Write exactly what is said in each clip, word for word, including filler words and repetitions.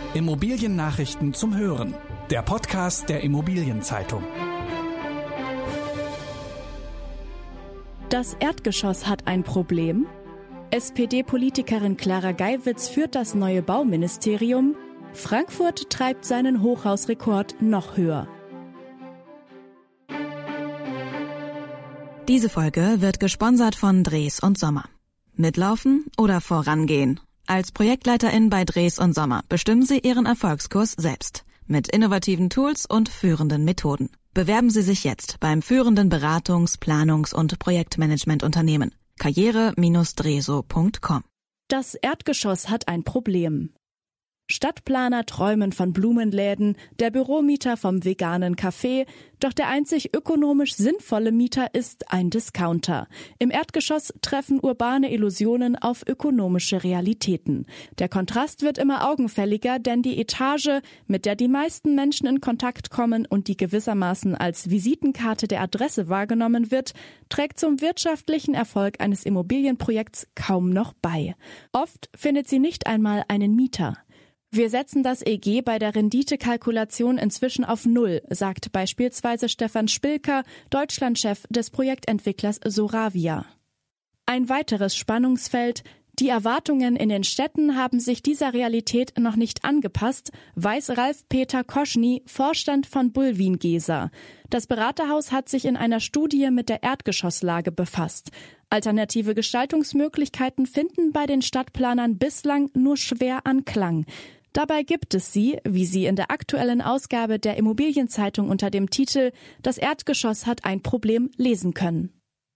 Immobiliennachrichten zum Hören. Der Podcast der Immobilienzeitung. Das Erdgeschoss hat ein Problem. S P D-Politikerin Clara Geiwitz führt das neue Bauministerium. Frankfurt treibt seinen Hochhausrekord noch höher. Diese Folge wird gesponsert von Dres und Sommer. Mitlaufen oder vorangehen? Als Projektleiterin bei Dres und Sommer bestimmen Sie Ihren Erfolgskurs selbst. Mit innovativen Tools und führenden Methoden. Bewerben Sie sich jetzt beim führenden Beratungs-, Planungs- und Projektmanagementunternehmen. karriere Bindestrich dreso Punkt com. Das Erdgeschoss hat ein Problem. Stadtplaner träumen von Blumenläden, der Büromieter vom veganen Café, doch der einzig ökonomisch sinnvolle Mieter ist ein Discounter. Im Erdgeschoss treffen urbane Illusionen auf ökonomische Realitäten. Der Kontrast wird immer augenfälliger, denn die Etage, mit der die meisten Menschen in Kontakt kommen und die gewissermaßen als Visitenkarte der Adresse wahrgenommen wird, trägt zum wirtschaftlichen Erfolg eines Immobilienprojekts kaum noch bei. Oft findet sie nicht einmal einen Mieter. Wir setzen das E G bei der Renditekalkulation inzwischen auf Null, sagt beispielsweise Stefan Spilker, Deutschlandchef des Projektentwicklers Soravia. Ein weiteres Spannungsfeld: Die Erwartungen in den Städten haben sich dieser Realität noch nicht angepasst, weiß Ralf-Peter Koschny, Vorstand von Bulwin Gesa. Das Beraterhaus hat sich in einer Studie mit der Erdgeschosslage befasst. Alternative Gestaltungsmöglichkeiten finden bei den Stadtplanern bislang nur schwer Anklang. Dabei gibt es sie, wie Sie in der aktuellen Ausgabe der Immobilienzeitung unter dem Titel »Das Erdgeschoss hat ein Problem« lesen können.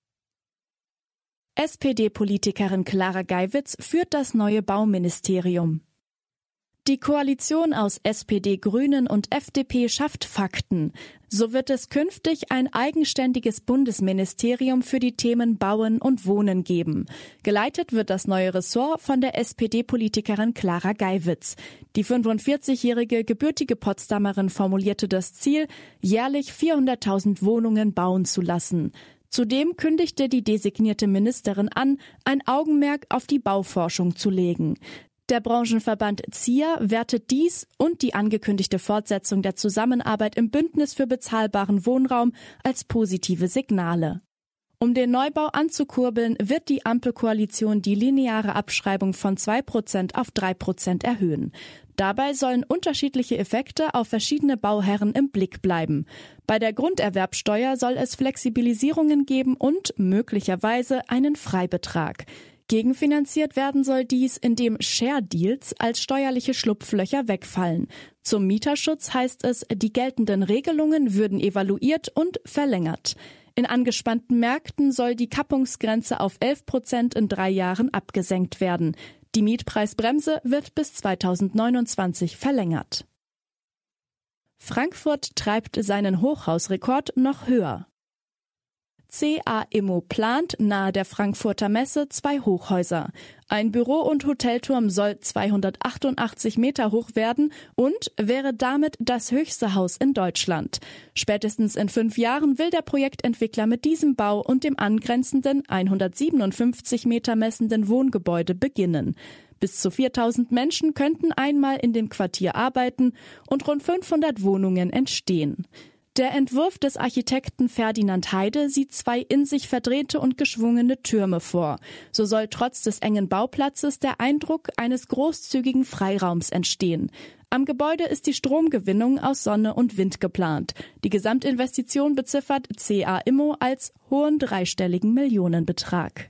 S P D-Politikerin Clara Geiwitz führt das neue Bauministerium. Die Koalition aus S P D, Grünen und F D P schafft Fakten. So wird es künftig ein eigenständiges Bundesministerium für die Themen Bauen und Wohnen geben. Geleitet wird das neue Ressort von der S P D-Politikerin Clara Geiwitz. Die fünfundvierzigjährige gebürtige Potsdamerin formulierte das Ziel, jährlich vierhunderttausend Wohnungen bauen zu lassen. Zudem kündigte die designierte Ministerin an, ein Augenmerk auf die Bauforschung zu legen. Der Branchenverband Z I A wertet dies und die angekündigte Fortsetzung der Zusammenarbeit im Bündnis für bezahlbaren Wohnraum als positive Signale. Um den Neubau anzukurbeln, wird die Ampelkoalition die lineare Abschreibung von zwei Prozent auf drei Prozent erhöhen. Dabei sollen unterschiedliche Effekte auf verschiedene Bauherren im Blick bleiben. Bei der Grunderwerbsteuer soll es Flexibilisierungen geben und möglicherweise einen Freibetrag. Gegenfinanziert werden soll dies, indem Share-Deals als steuerliche Schlupflöcher wegfallen. Zum Mieterschutz heißt es, die geltenden Regelungen würden evaluiert und verlängert. In angespannten Märkten soll die Kappungsgrenze auf elf Prozent in drei Jahren abgesenkt werden. Die Mietpreisbremse wird bis zweitausendneunundzwanzig verlängert. Frankfurt treibt seinen Hochhausrekord noch höher. C A Immo plant nahe der Frankfurter Messe zwei Hochhäuser. Ein Büro- und Hotelturm soll zweihundertachtundachtzig Meter hoch werden und wäre damit das höchste Haus in Deutschland. Spätestens in fünf Jahren will der Projektentwickler mit diesem Bau und dem angrenzenden hundertsiebenundfünfzig Meter messenden Wohngebäude beginnen. Bis zu viertausend Menschen könnten einmal in dem Quartier arbeiten und rund fünfhundert Wohnungen entstehen. Der Entwurf des Architekten Ferdinand Heide sieht zwei in sich verdrehte und geschwungene Türme vor. So soll trotz des engen Bauplatzes der Eindruck eines großzügigen Freiraums entstehen. Am Gebäude ist die Stromgewinnung aus Sonne und Wind geplant. Die Gesamtinvestition beziffert C A Immo als hohen dreistelligen Millionenbetrag.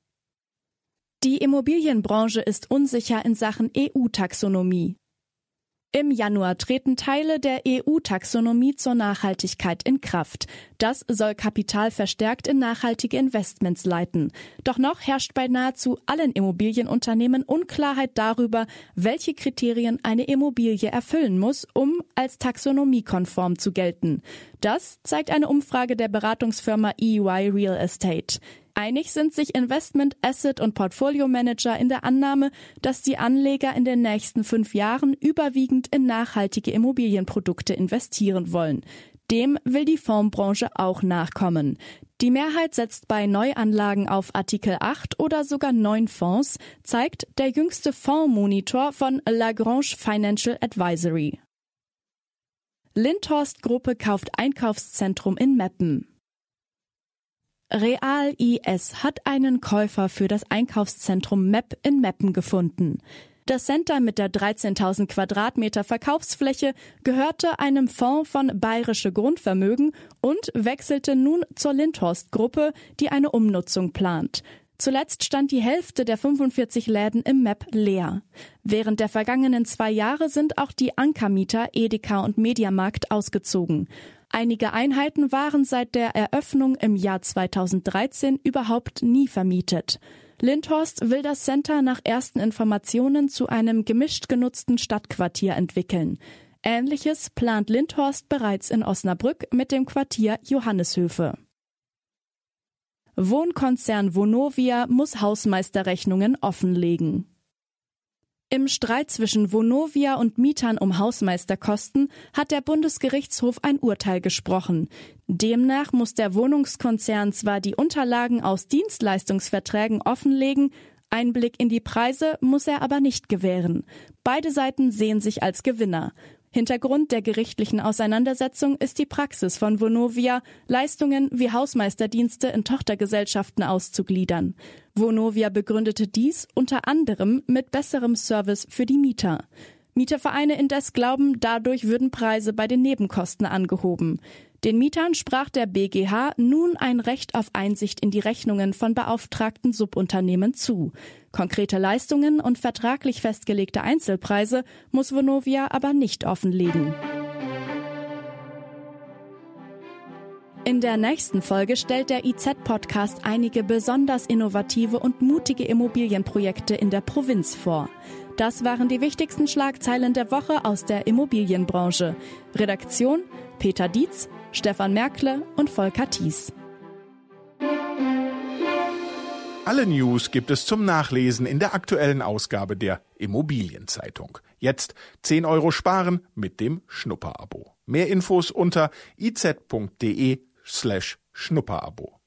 Die Immobilienbranche ist unsicher in Sachen E U-Taxonomie. Im Januar treten Teile der E U-Taxonomie zur Nachhaltigkeit in Kraft. Das soll Kapital verstärkt in nachhaltige Investments leiten. Doch noch herrscht bei nahezu allen Immobilienunternehmen Unklarheit darüber, welche Kriterien eine Immobilie erfüllen muss, um als taxonomiekonform zu gelten. Das zeigt eine Umfrage der Beratungsfirma E Y Real Estate. Einig sind sich Investment, Asset und Portfolio-Manager in der Annahme, dass die Anleger in den nächsten fünf Jahren überwiegend in nachhaltige Immobilienprodukte investieren wollen. Dem will die Fondsbranche auch nachkommen. Die Mehrheit setzt bei Neuanlagen auf Artikel acht oder sogar neun Fonds, zeigt der jüngste Fondsmonitor von Lagrange Financial Advisory. Lindhorst-Gruppe kauft Einkaufszentrum in Meppen. Real I S hat einen Käufer für das Einkaufszentrum Mepp in Meppen gefunden. Das Center mit der dreizehntausend Quadratmeter Verkaufsfläche gehörte einem Fonds von Bayerische Grundvermögen und wechselte nun zur Lindhorst-Gruppe, die eine Umnutzung plant. Zuletzt stand die Hälfte der fünfundvierzig Läden im Mepp leer. Während der vergangenen zwei Jahre sind auch die Ankermieter Edeka und Mediamarkt ausgezogen. Einige Einheiten waren seit der Eröffnung im Jahr zweitausenddreizehn überhaupt nie vermietet. Lindhorst will das Center nach ersten Informationen zu einem gemischt genutzten Stadtquartier entwickeln. Ähnliches plant Lindhorst bereits in Osnabrück mit dem Quartier Johanneshöfe. Wohnkonzern Vonovia muss Hausmeisterrechnungen offenlegen. Im Streit zwischen Vonovia und Mietern um Hausmeisterkosten hat der Bundesgerichtshof ein Urteil gesprochen. Demnach muss der Wohnungskonzern zwar die Unterlagen aus Dienstleistungsverträgen offenlegen, Einblick in die Preise muss er aber nicht gewähren. Beide Seiten sehen sich als Gewinner. Hintergrund der gerichtlichen Auseinandersetzung ist die Praxis von Vonovia, Leistungen wie Hausmeisterdienste in Tochtergesellschaften auszugliedern. Vonovia begründete dies unter anderem mit besserem Service für die Mieter. Mietervereine indes glauben, dadurch würden Preise bei den Nebenkosten angehoben. Den Mietern sprach der B G H nun ein Recht auf Einsicht in die Rechnungen von beauftragten Subunternehmen zu. Konkrete Leistungen und vertraglich festgelegte Einzelpreise muss Vonovia aber nicht offenlegen. In der nächsten Folge stellt der I Z-Podcast einige besonders innovative und mutige Immobilienprojekte in der Provinz vor. Das waren die wichtigsten Schlagzeilen der Woche aus der Immobilienbranche. Redaktion Peter Dietz, Stefan Merkle und Volker Thies. Alle News gibt es zum Nachlesen in der aktuellen Ausgabe der Immobilienzeitung. Jetzt zehn Euro sparen mit dem Schnupperabo. Mehr Infos unter iz punkt de slash Schnupperabo.